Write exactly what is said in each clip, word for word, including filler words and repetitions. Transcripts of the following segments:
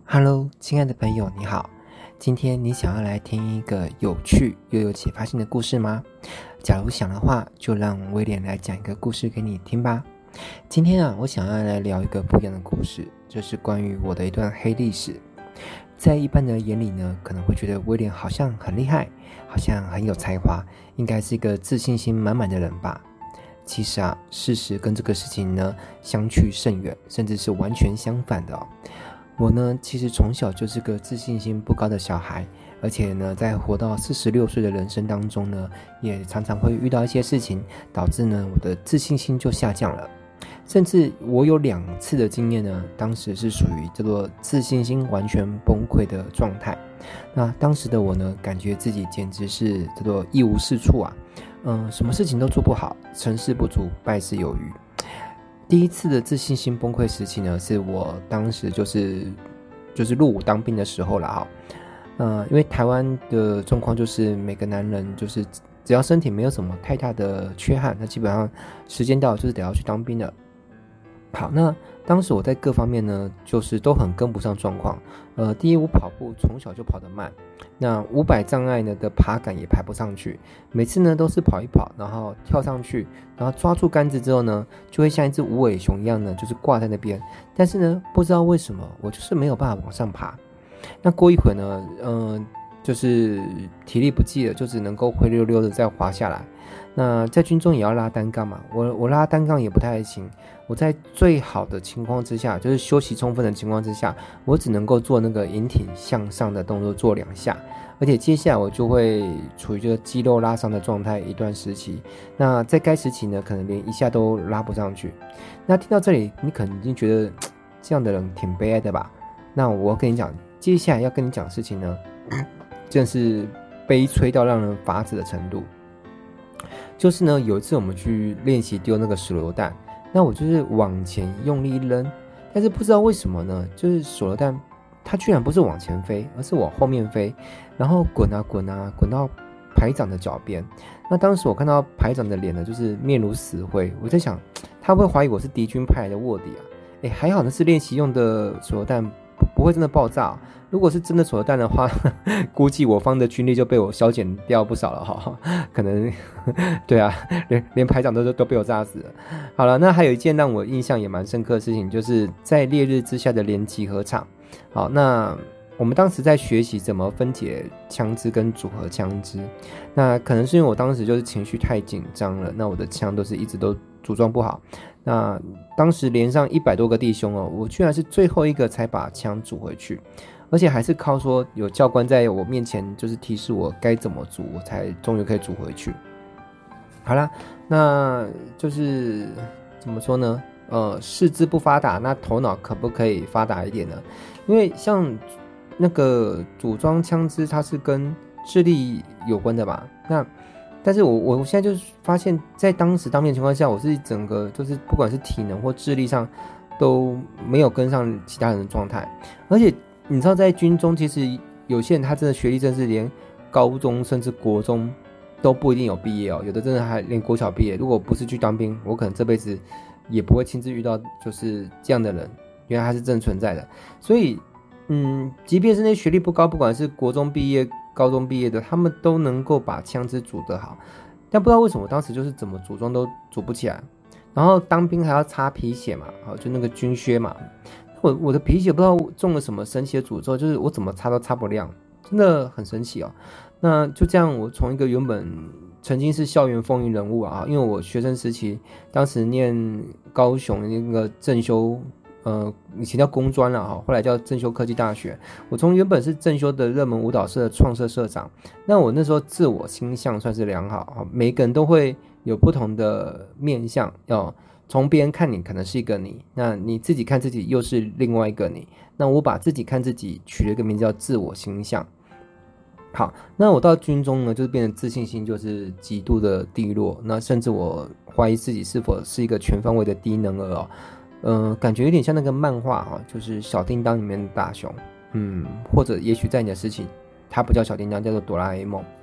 Hello，亲爱的朋友，你好。今天你想要来听一个有趣又有启发性的故事吗？假如想的话，就让威廉来讲一个故事给你听吧。今天啊，我想要来聊一个不一样的故事，就是关于我的一段黑历史。在一般人眼里呢，可能会觉得威廉好像很厉害，好像很有才华，应该是一个自信心满满的人吧。其实啊，事实跟这个事情呢相去甚远，甚至是完全相反的哦。我呢，其实从小就是个自信心不高的小孩，而且呢，在活到四十六岁的人生当中呢，也常常会遇到一些事情，导致呢我的自信心就下降了。甚至我有两次的经验呢，当时是属于叫做自信心完全崩溃的状态。那当时的我呢，感觉自己简直是叫做一无是处啊，嗯，什么事情都做不好，成事不足，败事有余。第一次的自信心崩溃时期呢，是我当时就是就是入伍当兵的时候了哈。呃，因为台湾的状况就是每个男人就是只要身体没有什么太大的缺憾，那基本上时间到就是得要去当兵的。好，那当时我在各方面呢，就是都很跟不上状况。呃，第一，我跑步从小就跑得慢，那五百障碍呢的爬杆也爬不上去，每次呢都是跑一跑，然后跳上去，然后抓住杆子之后呢，就会像一只无尾熊一样呢，就是挂在那边。但是呢，不知道为什么，我就是没有办法往上爬。那过一会呢，嗯、呃，就是体力不济了，就只能够灰溜溜的再滑下来。那在军中也要拉单杠嘛，我我拉单杠也不太行。我在最好的情况之下，就是休息充分的情况之下，我只能够做那个引体向上的动作做两下，而且接下来我就会处于这个肌肉拉伤的状态一段时期。那在该时期呢，可能连一下都拉不上去。那听到这里，你可能已经觉得这样的人挺悲哀的吧？那我跟你讲，接下来要跟你讲的事情呢，真是悲催到让人发指的程度。就是呢，有一次我们去练习丢那个手榴弹，那我就是往前用力扔，但是不知道为什么呢，就是手榴弹它居然不是往前飞，而是往后面飞，然后滚啊滚啊滚到排长的脚边。那当时我看到排长的脸呢，就是面如死灰，我在想他会怀疑我是敌军派来的卧底啊。诶，还好那是练习用的手榴弹，不会真的爆炸。如果是真的手榴弹的话，估计我方的军力就被我削减掉不少了哈。可能对啊，连连排长都都被我炸死了。好了，那还有一件让我印象也蛮深刻的事情，就是在烈日之下的连集合场。好，那我们当时在学习怎么分解枪支跟组合枪支。那可能是因为我当时就是情绪太紧张了，那我的枪都是一直都组装不好。那当时连上一百多个弟兄哦，我居然是最后一个才把枪组回去，而且还是靠说有教官在我面前就是提示我该怎么组，我才终于可以组回去。好啦，那就是怎么说呢？呃，四肢不发达，那头脑可不可以发达一点呢？因为像那个组装枪支，它是跟智力有关的吧？那但是我我现在就是发现，在当时当面情况下，我是整个就是不管是体能或智力上都没有跟上其他人的状态。而且你知道，在军中其实有些人他真的学历真是连高中甚至国中都不一定有毕业哦，有的真的还连国小毕业。如果不是去当兵，我可能这辈子也不会亲自遇到就是这样的人，原来他是真存在的。所以嗯，即便是那些学历不高，不管是国中毕业高中毕业的，他们都能够把枪支组得好，但不知道为什么我当时就是怎么组装都组不起来。然后当兵还要擦皮鞋嘛，就那个军靴嘛，我我的皮鞋不知道中了什么神奇的诅咒，就是我怎么擦都擦不亮，真的很神奇哦。那就这样，我从一个原本曾经是校园风云人物啊，因为我学生时期当时念高雄那个正修。呃，以前叫工专了哈，后来叫正修科技大学。我从原本是正修的热门舞蹈社的创社社长，那我那时候自我倾向算是良好哈，每个人都会有不同的面向哦。从别人看你可能是一个你，那你自己看自己又是另外一个你。那我把自己看自己取了一个名字叫自我倾向。好，那我到军中呢，就是变得自信心就是极度的低落，那甚至我怀疑自己是否是一个全方位的低能儿哦。呃，感觉有点像那个漫画哈、哦，就是小叮当里面的大雄，嗯，或者也许在你的事情，它不叫小叮当，叫做哆啦 A 梦。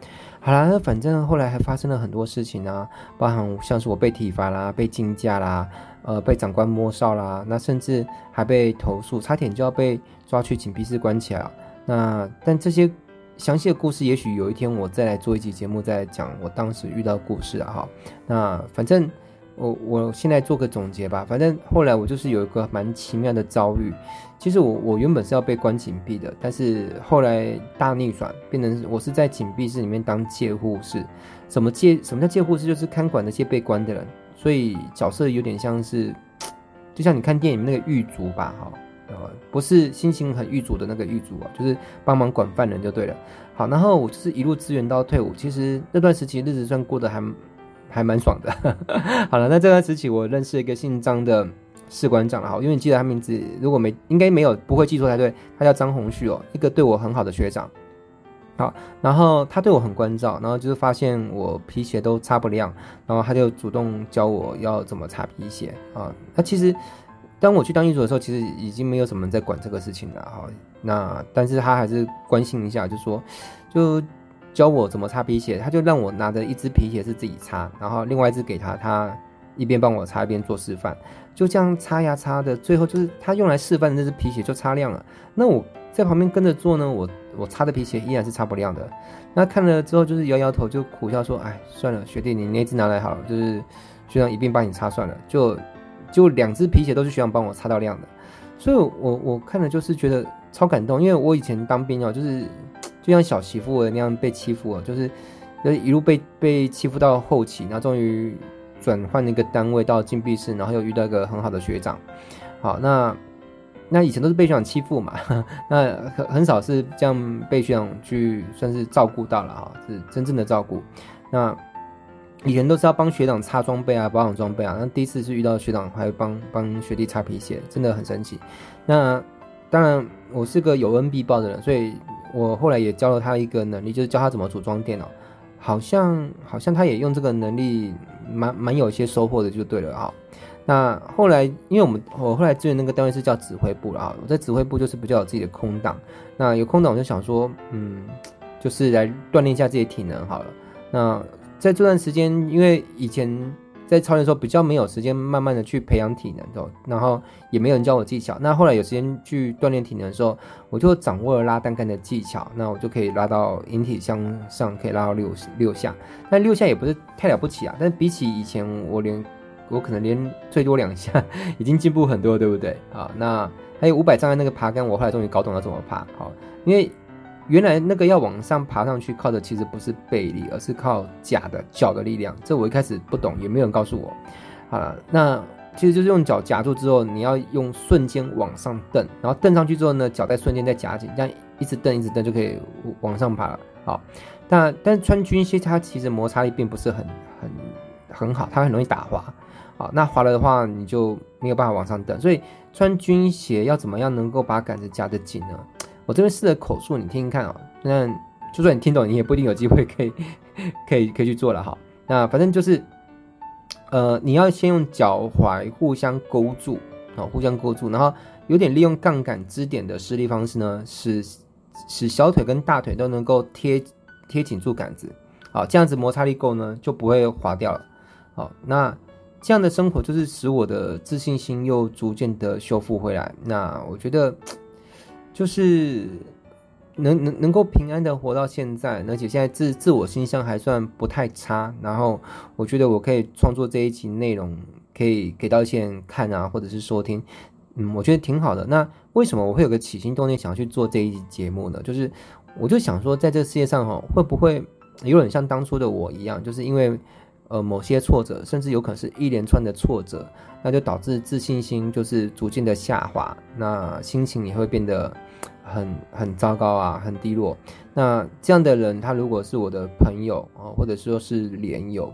好啦，那反正后来还发生了很多事情啊，包含像是我被体罚啦，被竞价啦，呃，被长官摸哨啦，那甚至还被投诉，差点就要被抓去警闭室关起来了。那但这些详细的故事，也许有一天我再来做一集节目，再来讲我当时遇到的故事啊哈。那反正我我现在做个总结吧。反正后来我就是有一个蛮奇妙的遭遇。其实我我原本是要被关禁闭的，但是后来大逆转，变成我是在禁闭室里面当戒护士。什么戒什么叫戒护士？就是看管那些被关的人，所以角色有点像是，就像你看电影那个狱卒吧，哈。呃，不是心情很狱卒的那个狱卒啊，就是帮忙管犯人就对了。好，然后我就是一路支援到退伍，其实那段时期日子算过得还还蛮爽的。好了，那这段时期我认识一个姓张的士官长了，好，因为你记得他名字，如果没应该没有不会记错才对，他叫张宏旭哦，一个对我很好的学长。好，然后他对我很关照，然后就是发现我皮鞋都擦不亮，然后他就主动教我要怎么擦皮鞋啊。那其实当我去当狱卒的时候，其实已经没有什么人在管这个事情了哈。那但是他还是关心一下，就说就教我怎么擦皮鞋，他就让我拿着一只皮鞋是自己擦，然后另外一只给他，他一边帮我擦一边做示范，就这样擦呀擦的，最后就是他用来示范的那只皮鞋就擦亮了。那我在旁边跟着做呢，我我擦的皮鞋依然是擦不亮的。那看了之后就是摇摇头，就苦笑说：“哎，算了，学弟，你那只拿来好了，就是学长一并帮你擦算了。”就就两只皮鞋都是学长帮我擦到亮的，所以我我看了就是觉得超感动，因为我以前当兵哦，就是就像小媳妇那样被欺负哦，就是就是一路被被欺负到后期，然后终于转换一个单位到禁闭室，然后又遇到一个很好的学长。好，那那以前都是被学长欺负嘛，那很很少是这样被学长去算是照顾到了哈，是真正的照顾。那以前都是要帮学长擦装备啊，保养装备啊。那第一次是遇到学长还会帮帮学弟擦皮鞋，真的很神奇。那当然我是个有恩必报的人，所以我后来也教了他一个能力，就是教他怎么组装电脑。好像好像他也用这个能力蛮蛮有一些收获的，就对了哈。那后来因为我们我后来支援那个单位是叫指挥部了啊，我在指挥部就是比较有自己的空档。那有空档我就想说，嗯，就是来锻炼一下自己的体能好了。那在这段时间，因为以前在操练的时候比较没有时间慢慢的去培养体能，然后也没有人教我技巧。那后来有时间去锻炼体能的时候，我就掌握了拉单杆的技巧，那我就可以拉到引体向上，可以拉到六六下。但六下也不是太了不起啊，但比起以前我连我可能连最多两下已经进步很多，对不对？好，那还有五百障碍那个爬杆，我后来终于搞懂了怎么爬。好，因为原来那个要往上爬上去，靠的其实不是背力，而是靠假的脚的力量。这我一开始不懂，也没有人告诉我。啊，那其实就是用脚夹住之后，你要用瞬间往上蹬，然后蹬上去之后呢，脚再瞬间再夹紧，这样一直蹬一直蹬就可以往上爬了。好，但但穿军靴它其实摩擦力并不是很很很好，它很容易打滑。好，那滑了的话你就没有办法往上蹬，所以穿军鞋要怎么样能够把杆子夹得紧呢？我这边试了口述，你听听看哦。那就算你听懂，你也不一定有机会可以可以可以去做了哈。那反正就是，呃，你要先用脚踝互相勾住，哦，互相勾住，然后有点利用杠杆支点的施力方式呢，使使小腿跟大腿都能够贴贴紧住杆子，好，这样子摩擦力够呢，就不会滑掉了。好，那这样的生活就是使我的自信心又逐渐的修复回来。那我觉得。就是能能能够平安的活到现在，而且现在自自我形象还算不太差，然后我觉得我可以创作这一集内容，可以给到一些人看啊，或者是收听，嗯，我觉得挺好的。那为什么我会有个起心动念想要去做这一集节目呢？就是我就想说，在这个世界上哈，会不会有人像当初的我一样，就是因为呃某些挫折，甚至有可能是一连串的挫折，那就导致自信心就是逐渐的下滑，那心情也会变得很很糟糕啊，很低落。那这样的人，他如果是我的朋友啊，或者说是连友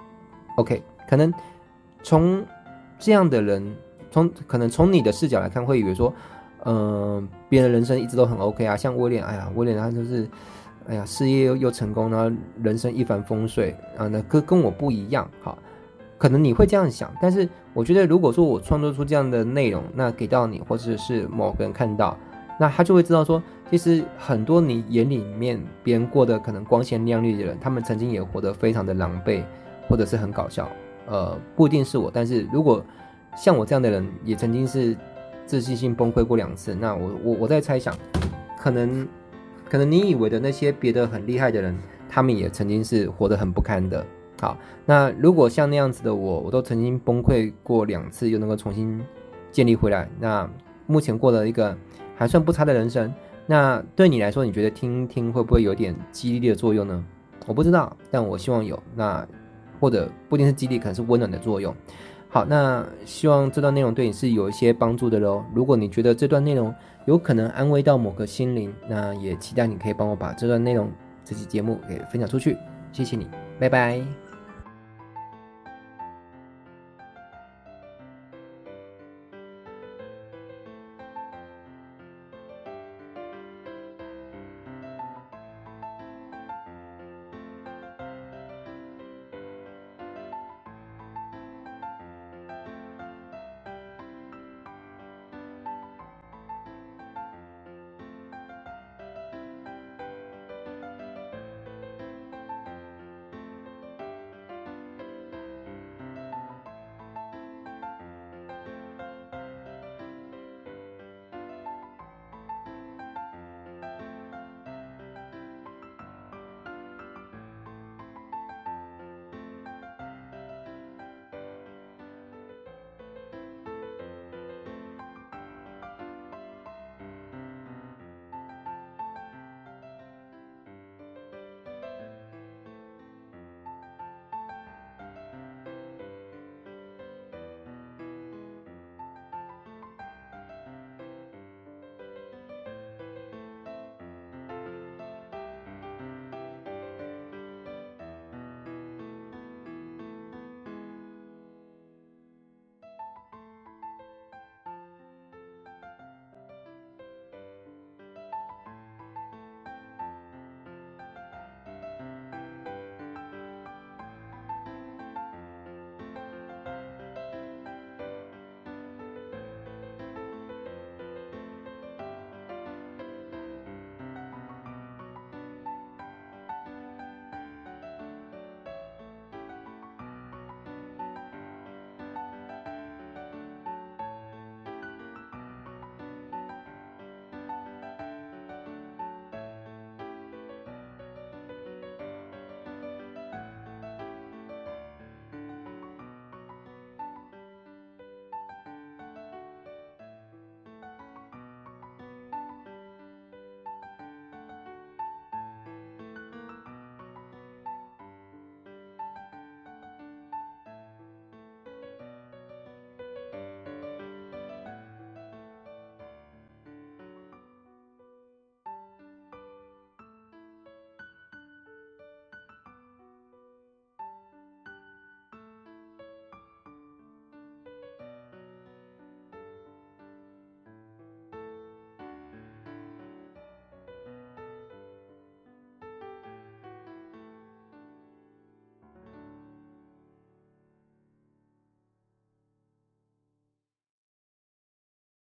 ，OK， 可能从这样的人，从可能从你的视角来看，会以为说，嗯、呃，别人的人生一直都很 OK 啊，像威廉，哎呀，威廉他就是，哎呀，事业又又成功，然后人生一帆风顺啊，那跟跟我不一样，好。可能你会这样想，但是我觉得如果说我创作出这样的内容，那给到你或者是某个人看到， 那他就会知道说，其实很多你眼里面别人过得可能光鲜亮丽的人，他们曾经也活得非常的狼狈，或者是很搞笑。呃，不一定是我，但是如果像我这样的人，也曾经是自信心崩溃过两次，那我我我在猜想，可能可能你以为的那些别的很厉害的人，他们也曾经是活得很不堪的。好，那如果像那样子的我，我都曾经崩溃过两次，又能够重新建立回来，那目前过了一个还算不差的人生，那对你来说，你觉得听听会不会有点激励的作用呢？我不知道，但我希望有。那或者不一定是激励，可能是温暖的作用。好，那希望这段内容对你是有一些帮助的咯。如果你觉得这段内容有可能安慰到某个心灵，那也期待你可以帮我把这段内容这期节目给分享出去。谢谢你，拜拜。